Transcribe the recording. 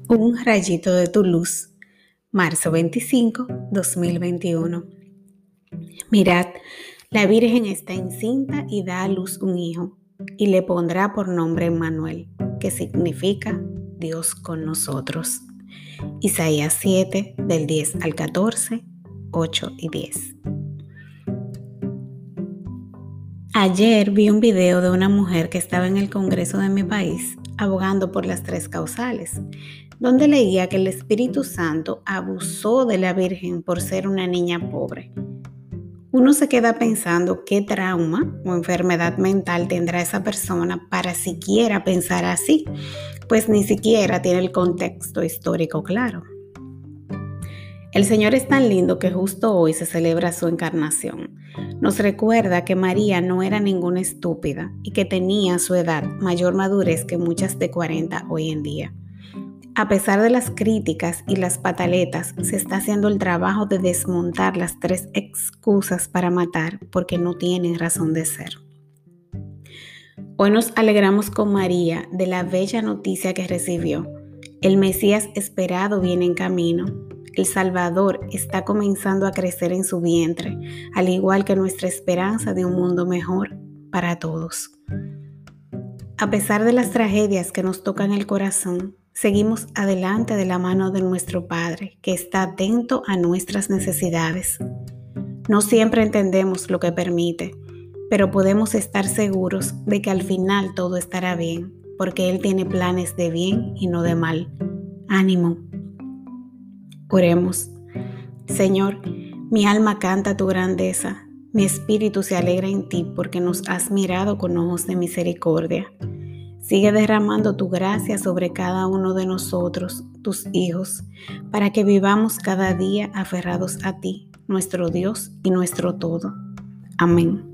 Un rayito de tu luz, marzo 25, 2021. Mirad, la Virgen está encinta y da a luz un hijo, y le pondrá por nombre Emmanuel, que significa Dios con nosotros. Isaías 7, del 10 al 14, 8 y 10. Ayer vi un video de una mujer que estaba en el Congreso de mi país abogando por las 3 causales, donde leía que el Espíritu Santo abusó de la Virgen por ser una niña pobre. Uno se queda pensando qué trauma o enfermedad mental tendrá esa persona para siquiera pensar así, pues ni siquiera tiene el contexto histórico claro. El Señor es tan lindo que justo hoy se celebra su encarnación. Nos recuerda que María no era ninguna estúpida y que tenía a su edad mayor madurez que muchas de 40 hoy en día. A pesar de las críticas y las pataletas, se está haciendo el trabajo de desmontar las 3 excusas para matar porque no tienen razón de ser. Hoy nos alegramos con María de la bella noticia que recibió. El Mesías esperado viene en camino. El Salvador está comenzando a crecer en su vientre, al igual que nuestra esperanza de un mundo mejor para todos. A pesar de las tragedias que nos tocan el corazón, seguimos adelante de la mano de nuestro Padre, que está atento a nuestras necesidades. No siempre entendemos lo que permite, pero podemos estar seguros de que al final todo estará bien, porque Él tiene planes de bien y no de mal. Ánimo. Oremos. Señor, mi alma canta tu grandeza, mi espíritu se alegra en ti porque nos has mirado con ojos de misericordia. Sigue derramando tu gracia sobre cada uno de nosotros, tus hijos, para que vivamos cada día aferrados a ti, nuestro Dios y nuestro todo. Amén.